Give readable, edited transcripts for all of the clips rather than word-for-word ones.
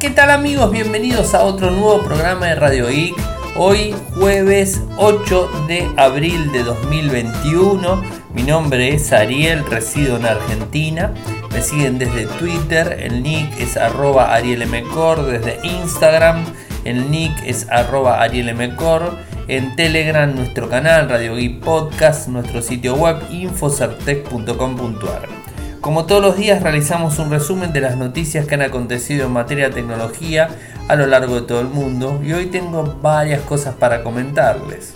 ¿Qué tal amigos? Bienvenidos a otro nuevo programa de Radio Geek. Hoy jueves 8 de abril de 2021. Mi nombre es Ariel, resido en Argentina. Me siguen desde Twitter, el nick es @arielmcor, desde Instagram, el nick es @arielmcor. En Telegram, nuestro canal Radio Geek Podcast, nuestro sitio web infocertec.com.ar. Como todos los días realizamos un resumen de las noticias que han acontecido en materia de tecnología a lo largo de todo el mundo y hoy tengo varias cosas para comentarles.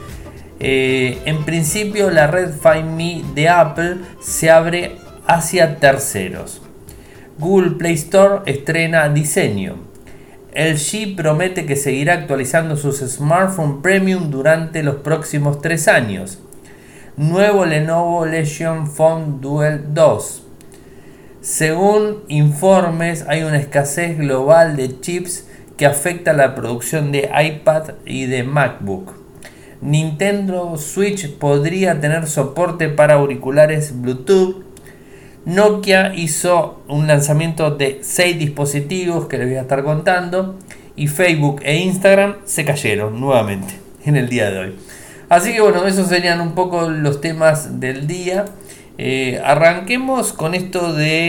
En principio la red Find Me de Apple se abre hacia terceros. Google Play Store estrena diseño. LG promete que seguirá actualizando sus smartphones premium durante los próximos 3 años. Nuevo Lenovo Legion Phone Duel 2. Según informes, hay una escasez global de chips que afecta la producción de iPad y de MacBook. Nintendo Switch podría tener soporte para auriculares Bluetooth. Nokia hizo un lanzamiento de 6 dispositivos que les voy a estar contando. Y Facebook e Instagram se cayeron nuevamente en el día de hoy. Así que bueno, esos serían un poco los temas del día. Arranquemos con esto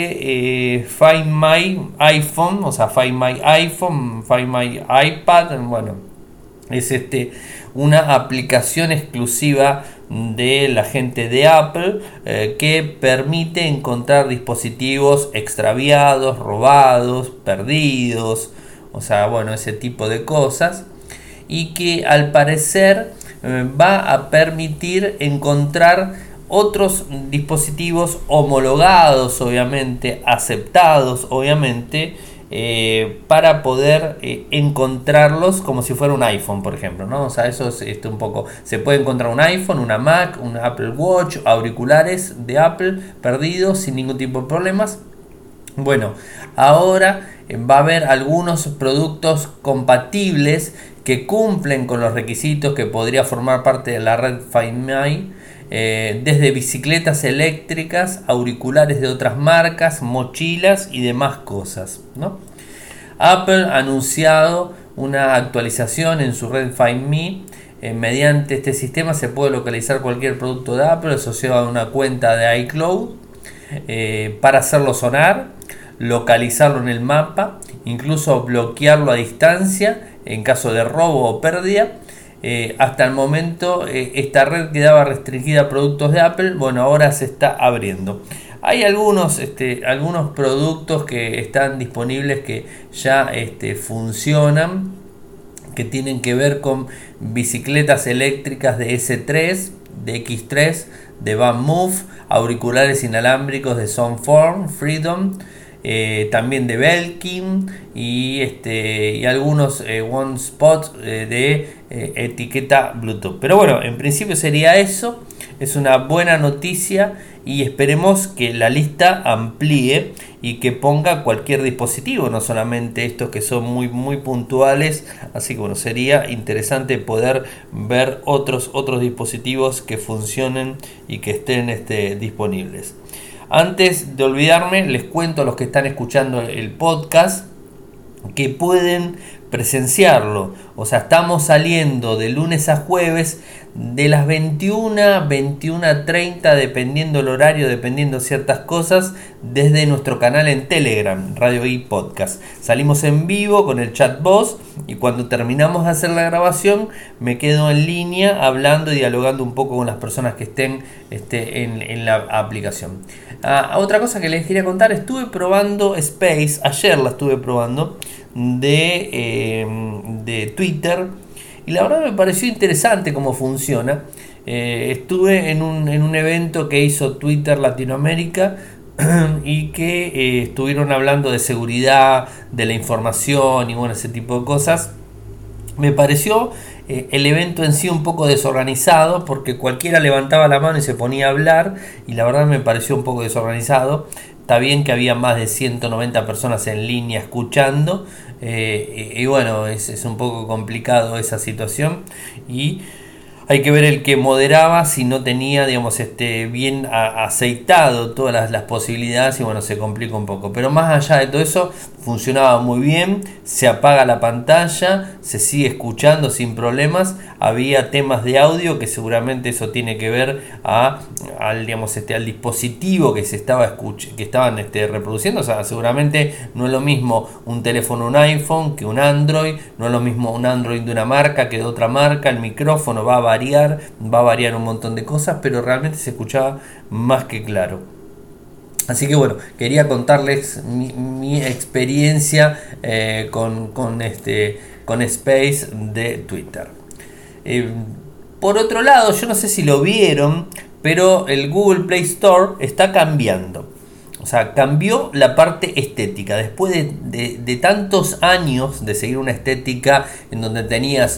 de Find My iPhone, o sea, Find My iPhone, Find My iPad. Bueno, es una aplicación exclusiva de la gente de Apple que permite encontrar dispositivos extraviados, robados, perdidos, o sea, bueno, ese tipo de cosas, y que al parecer va a permitir encontrar otros dispositivos homologados, obviamente, aceptados, obviamente, para poder encontrarlos como si fuera un iPhone, por ejemplo, ¿no? O sea, eso es un poco. Se puede encontrar un iPhone, una Mac, un Apple Watch, auriculares de Apple perdidos sin ningún tipo de problemas. Bueno, ahora va a haber algunos productos compatibles que cumplen con los requisitos que podría formar parte de la red Find My, desde bicicletas eléctricas, auriculares de otras marcas, mochilas y demás cosas, ¿no? Apple ha anunciado una actualización en su red Find Me. Mediante este sistema se puede localizar cualquier producto de Apple asociado a una cuenta de iCloud para hacerlo sonar, localizarlo en el mapa, incluso bloquearlo a distancia en caso de robo o pérdida. Hasta el momento esta red quedaba restringida a productos de Apple. Bueno, ahora se está abriendo. Hay algunos productos que están disponibles que ya funcionan, que tienen que ver con bicicletas eléctricas de S3, de X3, de VanMoof, auriculares inalámbricos de Soundform, Freedom, también de Belkin y algunos One Spot de etiqueta Bluetooth. Pero bueno, en principio sería eso. Es una buena noticia y esperemos que la lista amplíe y que ponga cualquier dispositivo, no solamente estos que son muy muy puntuales. Así que bueno, sería interesante poder ver otros dispositivos que funcionen y que estén disponibles. Antes de olvidarme, les cuento a los que están escuchando el podcast que pueden presenciarlo. O sea, estamos saliendo de lunes a jueves de las 21, 21:30, dependiendo el horario, dependiendo ciertas cosas, desde nuestro canal en Telegram, Radio Geek Podcast. Salimos en vivo con el chat voz y cuando terminamos de hacer la grabación me quedo en línea hablando y dialogando un poco con las personas que estén en la aplicación. Otra cosa que les quería contar, estuve probando Space, ayer la estuve probando, de Twitter, y la verdad me pareció interesante cómo funciona. Estuve en un evento que hizo Twitter Latinoamérica y que estuvieron hablando de seguridad, de la información y bueno, ese tipo de cosas. Me pareció el evento en sí un poco desorganizado porque cualquiera levantaba la mano y se ponía a hablar, y la verdad me pareció un poco desorganizado. Está bien que había más de 190 personas en línea escuchando, y bueno, es un poco complicado esa situación, y Hay que ver el que moderaba si no tenía, digamos, bien aceitado todas las posibilidades y bueno, se complica un poco. Pero más allá de todo eso, funcionaba muy bien, se apaga la pantalla, se sigue escuchando sin problemas. Había temas de audio que seguramente eso tiene que ver al dispositivo que se estaba que estaban reproduciendo. O sea, seguramente no es lo mismo un teléfono, un iPhone, que un Android, no es lo mismo un Android de una marca que de otra marca. El micrófono va a variar un montón de cosas, pero realmente se escuchaba más que claro. Así que bueno, quería contarles mi experiencia con Space de Twitter. Por otro lado, yo no sé si lo vieron, pero el Google Play Store está cambiando. O sea, cambió la parte estética. Después de tantos años de seguir una estética en donde tenías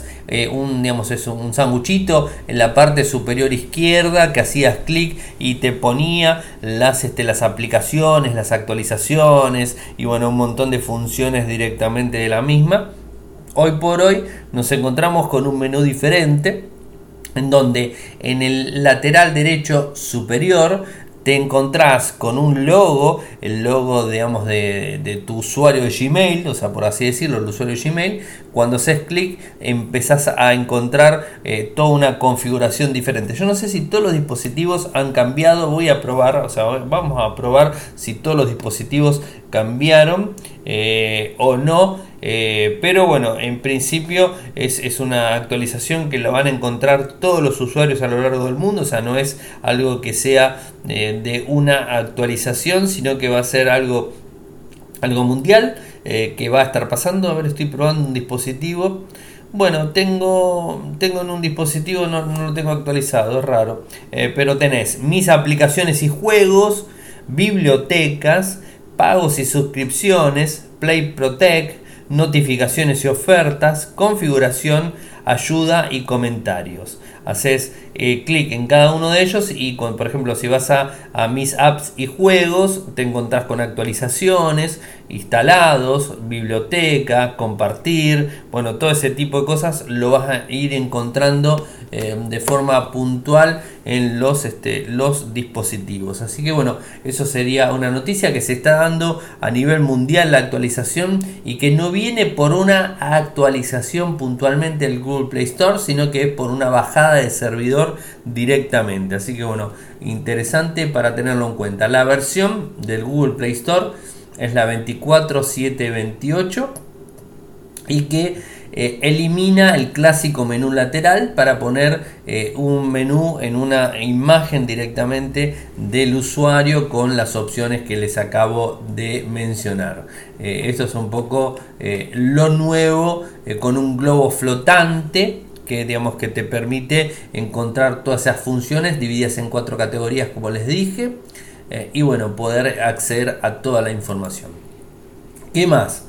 un sanguchito en la parte superior izquierda que hacías clic y te ponía las aplicaciones, las actualizaciones y bueno, un montón de funciones directamente de la misma. Hoy por hoy nos encontramos con un menú diferente en donde en el lateral derecho superior te encontrás con un logo, el logo digamos de tu usuario de Gmail, o sea, por así decirlo, el usuario de Gmail. Cuando haces clic empezás a encontrar toda una configuración diferente. Yo no sé si todos los dispositivos han cambiado, voy a probar, o sea, vamos a probar si todos los dispositivos cambiaron o no. Pero bueno, en principio es una actualización que la van a encontrar todos los usuarios a lo largo del mundo. O sea, no es algo que sea de una actualización, sino que va a ser algo mundial que va a estar pasando. A ver, estoy probando un dispositivo. Bueno, tengo en un dispositivo, no lo tengo actualizado, es raro, pero tenés mis aplicaciones y juegos, bibliotecas, pagos y suscripciones, Play Protect, notificaciones y ofertas, configuración, ayuda y comentarios. Haces clic en cada uno de ellos y por ejemplo si vas a mis apps y juegos te encontrás con actualizaciones, instalados, biblioteca, compartir, bueno, todo ese tipo de cosas lo vas a ir encontrando de forma puntual en los dispositivos. Así que bueno, eso sería una noticia que se está dando a nivel mundial, la actualización, y que no viene por una actualización puntualmente del Google Play Store, sino que es por una bajada de servidor directamente. Así que bueno, interesante para tenerlo en cuenta. La versión del Google Play Store es la 24.728 y que elimina el clásico menú lateral para poner un menú en una imagen directamente del usuario con las opciones que les acabo de mencionar. Esto es un poco lo nuevo, con un globo flotante que digamos que te permite encontrar todas esas funciones divididas en 4 categorías, como les dije, y bueno, poder acceder a toda la información. ¿Qué más?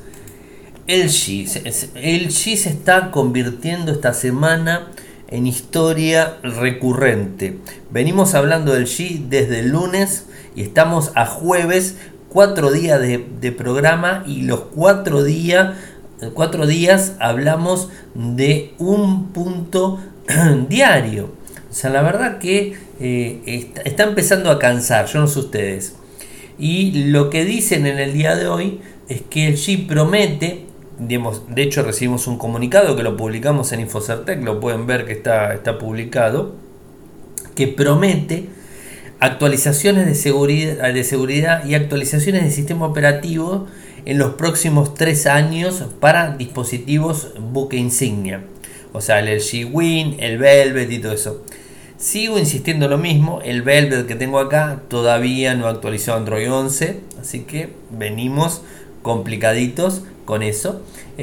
LG se está convirtiendo esta semana en historia recurrente. Venimos hablando del LG desde el lunes y estamos a jueves, 4 días de programa, y los 4 días hablamos de un punto diario. O sea, la verdad que está empezando a cansar, yo no sé ustedes. Y lo que dicen en el día de hoy es que LG promete, de hecho recibimos un comunicado que lo publicamos en Infocertec, lo pueden ver que está publicado, que promete actualizaciones de seguridad y actualizaciones de sistema operativo en los próximos 3 años para dispositivos buque insignia. O sea, el LG Win, el Velvet y todo eso. Sigo insistiendo lo mismo, el Velvet que tengo acá todavía no ha actualizado Android 11, así que venimos complicaditos con eso.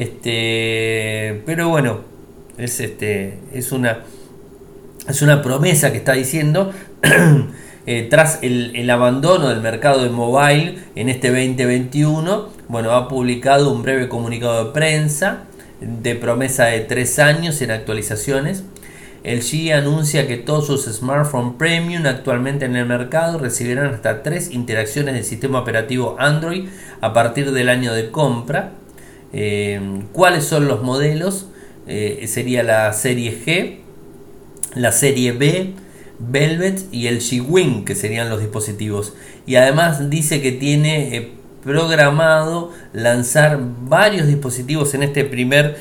Pero bueno, es una promesa que está diciendo. Tras el abandono del mercado de mobile en este 2021, bueno, ha publicado un breve comunicado de prensa de promesa de 3 años en actualizaciones. LG anuncia que todos sus smartphones premium actualmente en el mercado recibirán hasta 3 interacciones del sistema operativo Android a partir del año de compra. ¿Cuáles son los modelos? Sería la serie G, la serie B, Velvet y el G-Wing, que serían los dispositivos. Y además dice que tiene programado lanzar varios dispositivos en este primer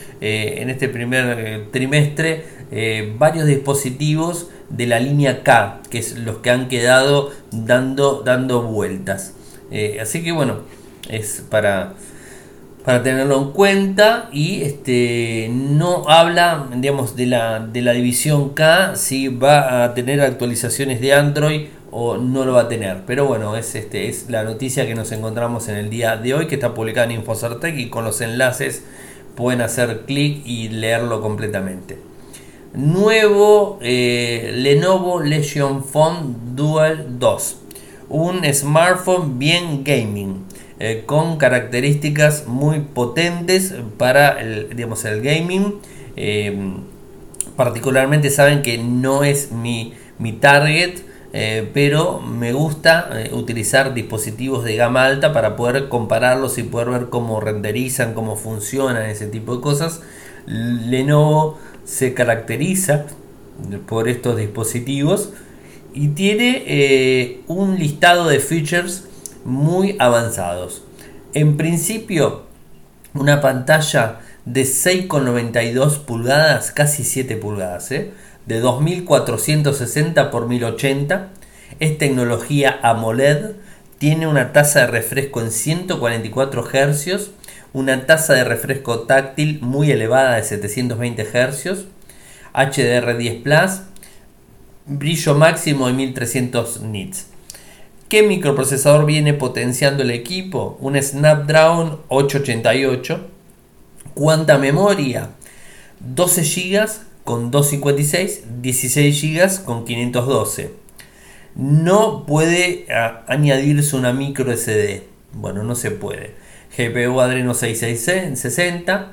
trimestre, varios dispositivos de la línea K, que es los que han quedado dando vueltas. Así que bueno, es para tenerlo en cuenta. Y no habla, digamos, de la división K, si va a tener actualizaciones de Android o no lo va a tener, pero bueno, es la noticia que nos encontramos en el día de hoy, que está publicada en Infocertec, y con los enlaces pueden hacer clic y leerlo completamente. Nuevo Lenovo Legion Phone Dual 2, un smartphone bien gaming, con características muy potentes para el gaming. Particularmente saben que no es mi target, pero me gusta utilizar dispositivos de gama alta para poder compararlos y poder ver cómo renderizan, cómo funcionan, ese tipo de cosas. Lenovo se caracteriza por estos dispositivos y tiene un listado de features muy avanzados. En principio, una pantalla de 6,92 pulgadas, casi 7 pulgadas, de 2460 x 1080. Es tecnología AMOLED, tiene una tasa de refresco en 144 Hz, una tasa de refresco táctil muy elevada de 720 Hz, HDR10 Plus, brillo máximo de 1300 nits. ¿Qué microprocesador viene potenciando el equipo? Un Snapdragon 888. ¿Cuánta memoria? 12 GB con 256, 16 GB con 512. No puede añadirse una micro SD. Bueno, no se puede. GPU Adreno 6660.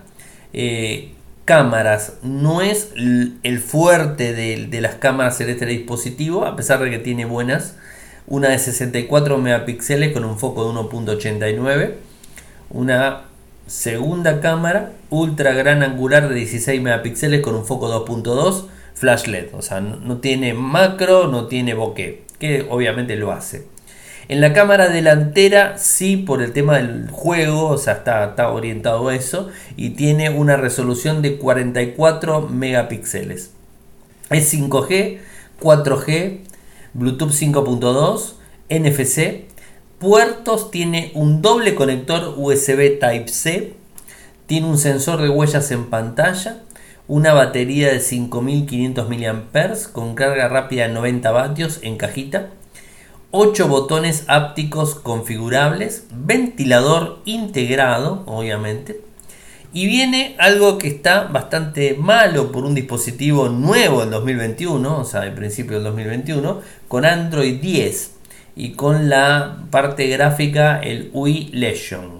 Cámaras, no es el fuerte de las cámaras en este dispositivo, a pesar de que tiene buenas. Una de 64 megapíxeles con un foco de 1.89. Una segunda cámara ultra gran angular de 16 megapíxeles con un foco 2.2, flash LED. O sea, no tiene macro, no tiene bokeh, que obviamente lo hace. En la cámara delantera sí, por el tema del juego, o sea, está orientado a eso, y tiene una resolución de 44 megapíxeles. Es 5G, 4G, Bluetooth 5.2, NFC. Puertos, tiene un doble conector USB Type-C, tiene un sensor de huellas en pantalla, una batería de 5500 mAh con carga rápida de 90 vatios en cajita, 8 botones ápticos configurables, ventilador integrado, obviamente, y viene algo que está bastante malo por un dispositivo nuevo en 2021, o sea, de principio del 2021, con Android 10 y con la parte gráfica el UI Legion.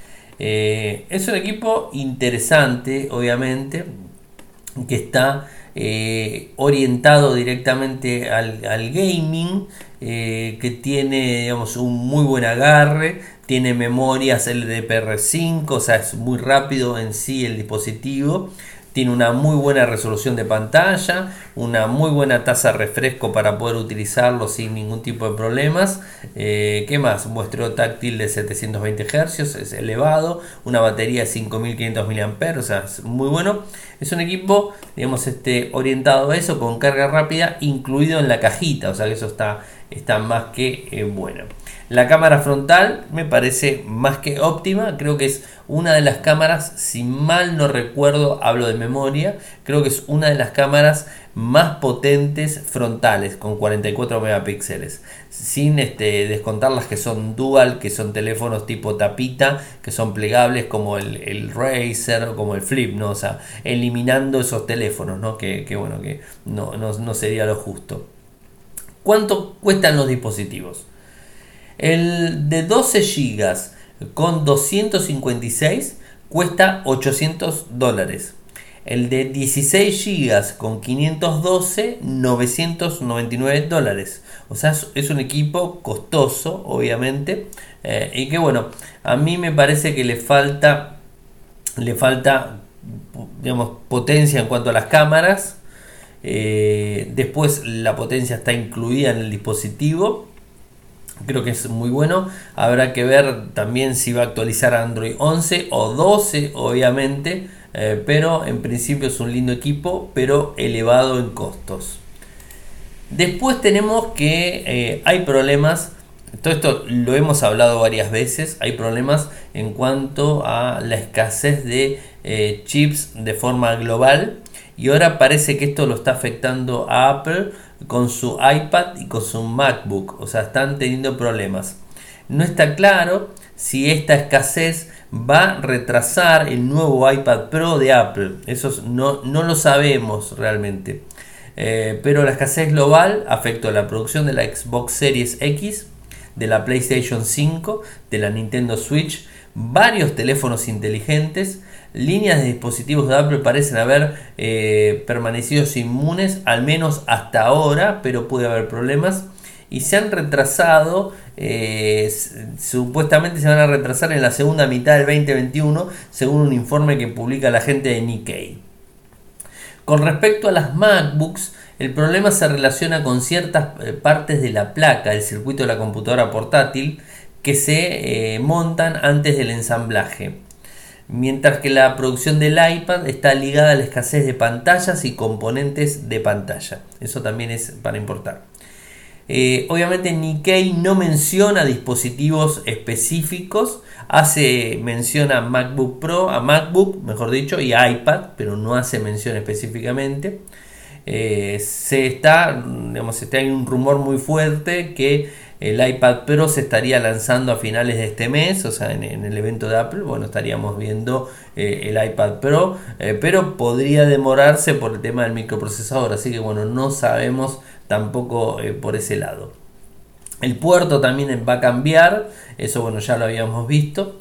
Es un equipo interesante, obviamente, que está orientado directamente al gaming, que tiene, digamos, un muy buen agarre, tiene memorias LDPR5, o sea, es muy rápido en sí el dispositivo. Tiene una muy buena resolución de pantalla, una muy buena tasa de refresco para poder utilizarlo sin ningún tipo de problemas. ¿Qué más? Muestreo táctil de 720 Hz, es elevado. Una batería de 5500 mAh, o sea, es muy bueno. Es un equipo, digamos, orientado a eso, con carga rápida incluido en la cajita, o sea que eso está más que bueno. La cámara frontal me parece más que óptima, creo que es una de las cámaras, si mal no recuerdo, hablo de memoria, creo que es una de las cámaras más potentes frontales, con 44 megapíxeles, sin descontar las que son dual, que son teléfonos tipo tapita, que son plegables, como el Razer o como el Flip, ¿no? O sea, eliminando esos teléfonos, ¿no? Que bueno, que no sería lo justo. ¿Cuánto cuestan los dispositivos? El de 12 GB con 256 cuesta $800. El de 16 GB con 512, $999. O sea, es un equipo costoso, obviamente, y que bueno, a mí me parece que le falta, digamos, potencia en cuanto a las cámaras. Después la potencia está incluida en el dispositivo. Creo que es muy bueno. Habrá que ver también si va a actualizar a Android 11 o 12, obviamente. Pero en principio es un lindo equipo, pero elevado en costos. Después tenemos que hay problemas. Todo esto lo hemos hablado varias veces. Hay problemas en cuanto a la escasez de chips de forma global. Y ahora parece que esto lo está afectando a Apple con su iPad y con su MacBook. O sea, están teniendo problemas. No está claro si esta escasez va a retrasar el nuevo iPad Pro de Apple. Eso no lo sabemos realmente. Pero la escasez global afectó a la producción de la Xbox Series X, de la PlayStation 5, de la Nintendo Switch, varios teléfonos inteligentes. Líneas de dispositivos de Apple parecen haber permanecido inmunes, al menos hasta ahora, pero puede haber problemas. Y se han retrasado, supuestamente se van a retrasar en la segunda mitad del 2021, según un informe que publica la gente de Nikkei. Con respecto a las MacBooks, el problema se relaciona con ciertas partes de la placa, del circuito de la computadora portátil, que se montan antes del ensamblaje. Mientras que la producción del iPad está ligada a la escasez de pantallas y componentes de pantalla. Eso también es para importar. Obviamente Nikkei no menciona dispositivos específicos, hace mención a MacBook Pro, a MacBook, mejor dicho, y iPad, pero no hace mención específicamente. Hay un rumor muy fuerte que el iPad Pro se estaría lanzando a finales de este mes, o sea, en el evento de Apple. Bueno, estaríamos viendo el iPad Pro, pero podría demorarse por el tema del microprocesador, así que bueno, no sabemos tampoco por ese lado. El puerto también va a cambiar, eso bueno, ya lo habíamos visto.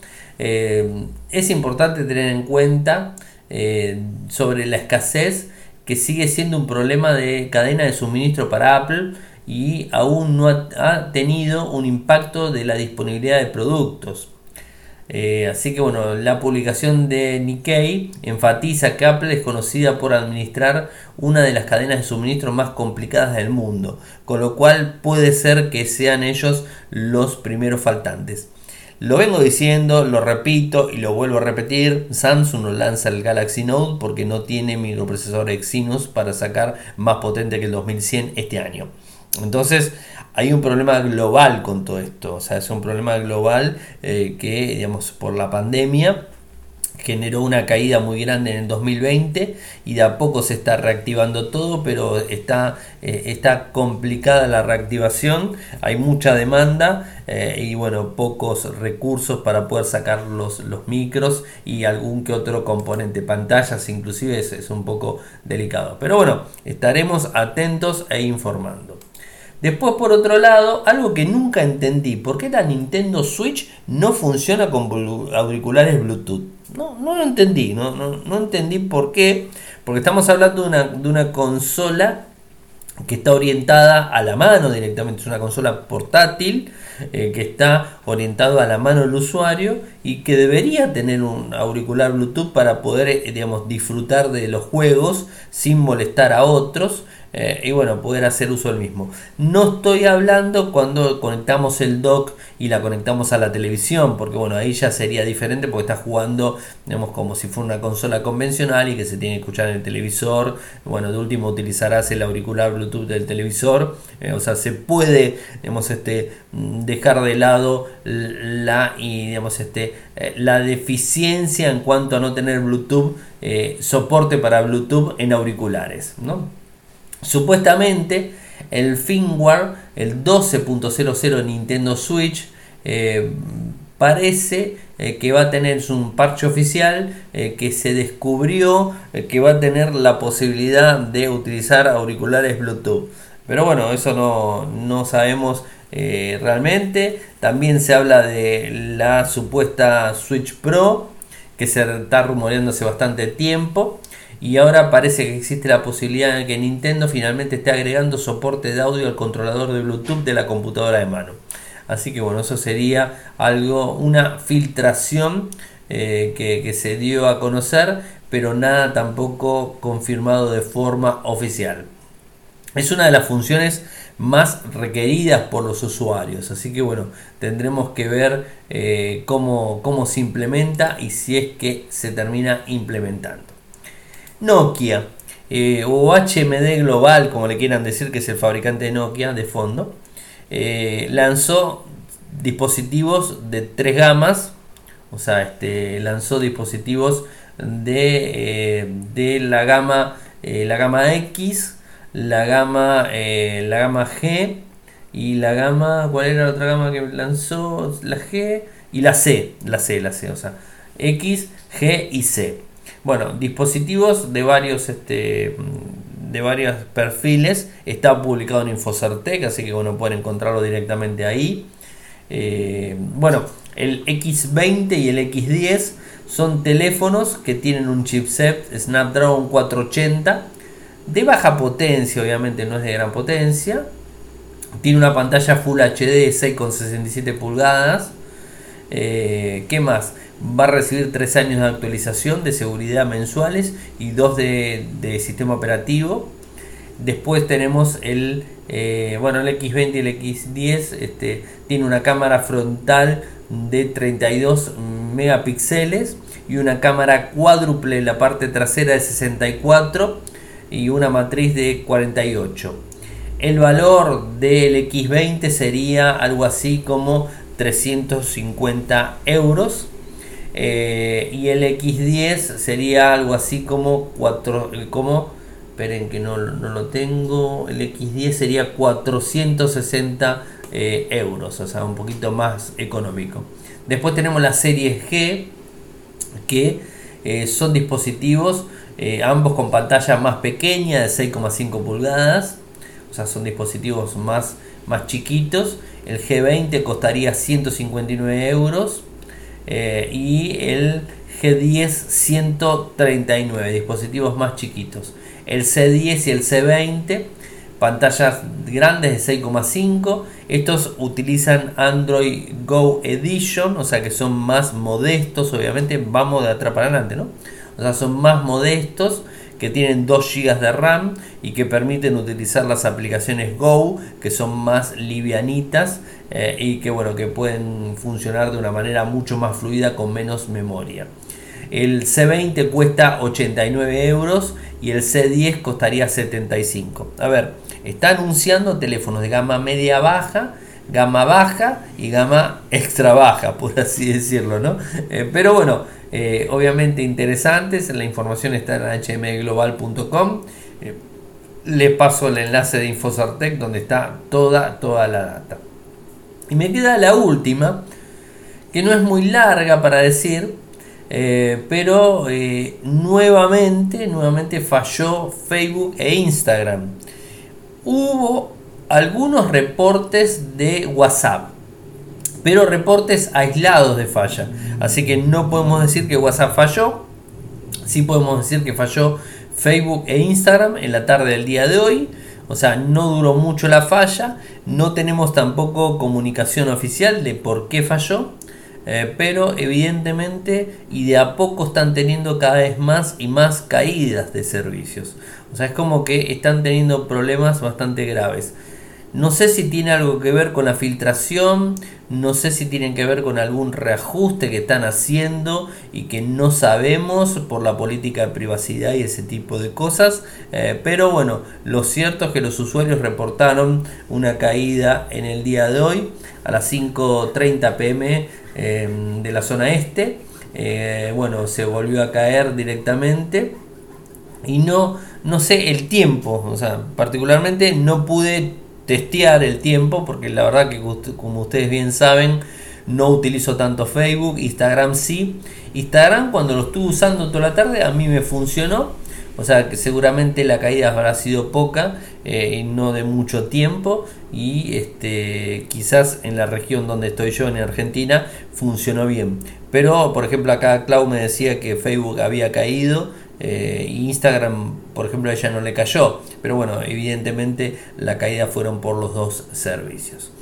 Es importante tener en cuenta sobre la escasez, que sigue siendo un problema de cadena de suministro para Apple y aún no ha tenido un impacto de la disponibilidad de productos. Así que bueno, la publicación de Nikkei enfatiza que Apple es conocida por administrar una de las cadenas de suministro más complicadas del mundo, con lo cual puede ser que sean ellos los primeros faltantes. Lo vengo diciendo, lo repito y lo vuelvo a repetir: Samsung no lanza el Galaxy Note porque no tiene microprocesador Exynos para sacar más potente que el 2100 este año. Entonces hay un problema global con todo esto, o sea, es un problema global que, digamos, por la pandemia generó una caída muy grande en el 2020 y de a poco se está reactivando todo, pero está complicada la reactivación, hay mucha demanda y bueno, pocos recursos para poder sacar los micros y algún que otro componente, pantallas inclusive, es un poco delicado, pero bueno, estaremos atentos e informando. Después, por otro lado, algo que nunca entendí: ¿por qué la Nintendo Switch no funciona con auriculares Bluetooth? No lo entendí, no entendí por qué. Porque estamos hablando de una consola que está orientada a la mano directamente, es una consola portátil que está orientado a la mano del usuario y que debería tener un auricular Bluetooth para poder disfrutar de los juegos sin molestar a otros. Y bueno, poder hacer uso del mismo. No estoy hablando cuando conectamos el dock y la conectamos a la televisión, porque bueno, ahí ya sería diferente, porque está jugando, digamos, como si fuera una consola convencional y que se tiene que escuchar en el televisor. Bueno, de último utilizarás el auricular Bluetooth del televisor, o sea, se puede, digamos, dejar de lado la deficiencia en cuanto a no tener Bluetooth, soporte para Bluetooth en auriculares, ¿no? Supuestamente el firmware, el 12.00 Nintendo Switch, parece que va a tener un parche oficial que se descubrió que va a tener la posibilidad de utilizar auriculares Bluetooth. Pero bueno, eso no sabemos realmente. También se habla de la supuesta Switch Pro, que se está rumoreando hace bastante tiempo. Y ahora parece que existe la posibilidad de que Nintendo finalmente esté agregando soporte de audio al controlador de Bluetooth de la computadora de mano. Así que bueno, eso sería una filtración que se dio a conocer, pero nada tampoco confirmado de forma oficial. Es una de las funciones más requeridas por los usuarios, así que bueno, tendremos que ver cómo se implementa y si es que se termina implementando. Nokia, o HMD Global, como le quieran decir, que es el fabricante de Nokia de fondo, lanzó dispositivos de 3 gamas, o sea, lanzó dispositivos de la gama X, la gama G y la gama, ¿cuál era la otra gama que lanzó? La G y la C, o sea, X, G y C. Bueno, dispositivos de varios perfiles. Está publicado en Infocertec, así que bueno, pueden encontrarlo directamente ahí. Bueno, el X20 y el X10 son teléfonos que tienen un chipset Snapdragon 480 de baja potencia, obviamente no es de gran potencia. Tiene una pantalla Full HD de 6,67 pulgadas. ¿Qué más? Va a recibir 3 años de actualización de seguridad mensuales y 2 de sistema operativo. Después tenemos el X20 y el X10. Tiene una cámara frontal de 32 megapíxeles y una cámara cuádruple en la parte trasera de 64 y una matriz de 48. El valor del X20 sería algo así como 350 euros. Y el X10 sería algo así como esperen que no lo tengo. El X10 sería 460 euros, o sea, un poquito más económico. Después tenemos la serie G, que son dispositivos ambos con pantalla más pequeña de 6,5 pulgadas, o sea, son dispositivos más chiquitos. El G20 costaría 159 euros y el G10 139, dispositivos más chiquitos. El C10 y el C20, pantallas grandes de 6,5. Estos utilizan Android Go Edition, o sea que son más modestos, obviamente vamos de atrás para adelante, ¿no? O sea, son más modestos, que tienen 2 GB de RAM y que permiten utilizar las aplicaciones Go, que son más livianitas y que bueno, que pueden funcionar de una manera mucho más fluida con menos memoria. El C20 cuesta 89 euros y el C10 costaría 75. A ver, está anunciando teléfonos de gama media baja, gama baja y gama extra baja, por así decirlo, ¿no? Pero bueno, obviamente interesantes. La información está en hmglobal.com. Le paso el enlace de Infocertec donde está toda la data. Y me queda la última, que no es muy larga para decir, pero nuevamente falló Facebook e Instagram. Hubo algunos reportes de WhatsApp, pero reportes aislados de falla. Así que no podemos decir que WhatsApp falló. Sí podemos decir que falló Facebook e Instagram en la tarde del día de hoy. O sea, no duró mucho la falla. No tenemos tampoco comunicación oficial de por qué falló. Pero evidentemente y de a poco están teniendo cada vez más y más caídas de servicios. O sea, es como que están teniendo problemas bastante graves. No sé si tiene algo que ver con la filtración, no sé si tienen que ver con algún reajuste que están haciendo y que no sabemos por la política de privacidad y ese tipo de cosas. Pero bueno, lo cierto es que los usuarios reportaron una caída en el día de hoy a las 5:30 pm de la zona este. Bueno, se volvió a caer directamente y no sé el tiempo, o sea, particularmente no pude testear el tiempo porque la verdad que como ustedes bien saben no utilizo tanto Facebook. Instagram sí. Instagram cuando lo estuve usando toda la tarde a mí me funcionó, o sea que seguramente la caída habrá sido poca y no de mucho tiempo y quizás en la región donde estoy yo en Argentina funcionó bien, pero por ejemplo acá Clau me decía que Facebook había caído. Instagram, por ejemplo, a ella no le cayó, pero bueno, evidentemente la caída fueron por los dos servicios.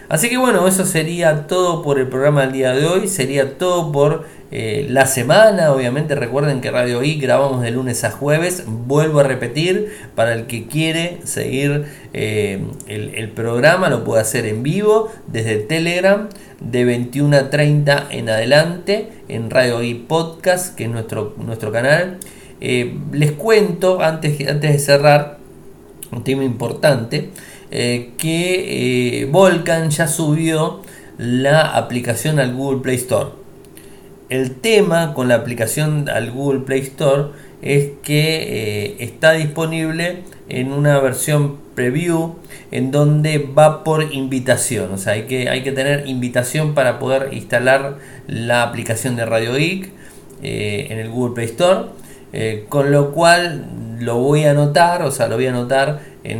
Así que bueno, eso sería todo por el programa del día de hoy, sería todo por la semana. Obviamente recuerden que Radio Geek grabamos de lunes a jueves, vuelvo a repetir, para el que quiere seguir el programa lo puede hacer en vivo desde Telegram de 21 a 30 en adelante en Radio Geek Podcast, que es nuestro canal. Les cuento antes de cerrar un tema importante, que Volcan ya subió la aplicación al Google Play Store. El tema con la aplicación al Google Play Store es que está disponible en una versión preview en donde va por invitación, o sea, hay que tener invitación para poder instalar la aplicación de Radio Geek en el Google Play Store, con lo cual lo voy a anotar en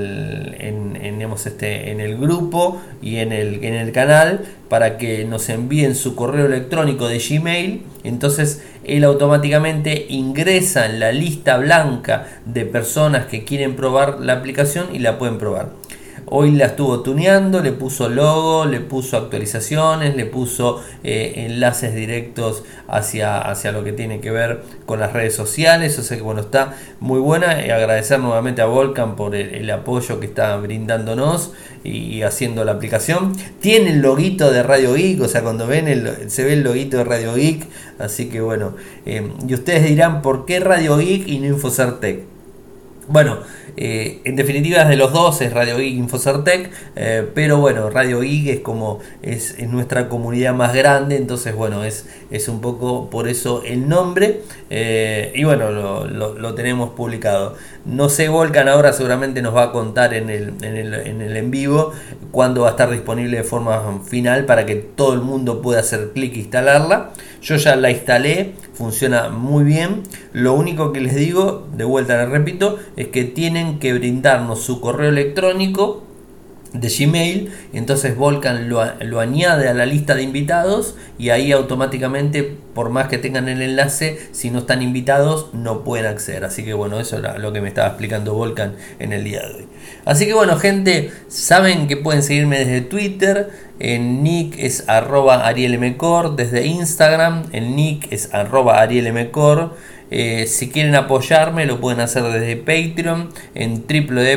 el grupo y en el canal para que nos envíen su correo electrónico de Gmail. Entonces él automáticamente ingresa en la lista blanca de personas que quieren probar la aplicación y la pueden probar. Hoy la estuvo tuneando, le puso logo, le puso actualizaciones, le puso enlaces directos hacia lo que tiene que ver con las redes sociales. O sea que bueno, está muy buena. Agradecer nuevamente a Volcan por el apoyo que está brindándonos y haciendo la aplicación. Tiene el loguito de Radio Geek, o sea, cuando ven se ve el loguito de Radio Geek. Así que bueno, y ustedes dirán, ¿por qué Radio Geek y no Infocertec? Bueno, en definitiva es de los dos, es Radio Geek, Infocertec, pero bueno, Radio Geek es nuestra comunidad más grande, entonces bueno, es un poco por eso el nombre, y bueno, lo tenemos publicado. No sé, Volcan ahora seguramente nos va a contar en el en vivo cuándo va a estar disponible de forma final para que todo el mundo pueda hacer clic e instalarla. Yo ya la instalé, funciona muy bien. Lo único que les digo, de vuelta les repito, es que tienen que brindarnos su correo electrónico de Gmail. Entonces Volcan lo añade a la lista de invitados y ahí automáticamente, por más que tengan el enlace, si no están invitados no pueden acceder. Así que bueno, eso era lo que me estaba explicando Volcan en el día de hoy. Así que bueno, gente, saben que pueden seguirme desde Twitter, en nick es @arielmcor, desde Instagram el nick es @arielmcor. Si quieren apoyarme lo pueden hacer desde Patreon en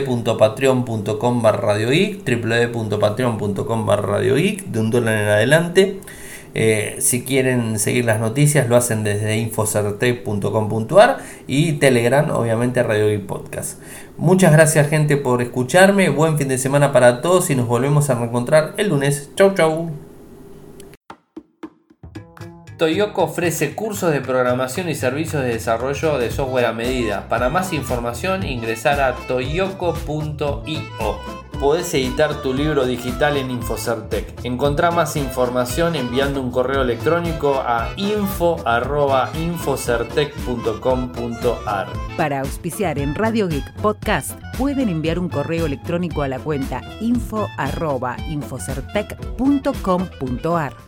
www.patreon.com/radiogeek, www.patreon.com/radiogeek, de $1 en adelante. Si quieren seguir las noticias lo hacen desde infocertec.com.ar y Telegram, obviamente Radio Geek Podcast. Muchas gracias, gente, por escucharme. Buen fin de semana para todos y nos volvemos a reencontrar el lunes. Chau chau. Toyoko ofrece cursos de programación y servicios de desarrollo de software a medida. Para más información ingresar a toyoko.io. Podés editar tu libro digital en Infocertec. Encontrá más información enviando un correo electrónico a info@infocertec.com.ar. Para auspiciar en Radio Geek Podcast pueden enviar un correo electrónico a la cuenta info@infocertec.com.ar.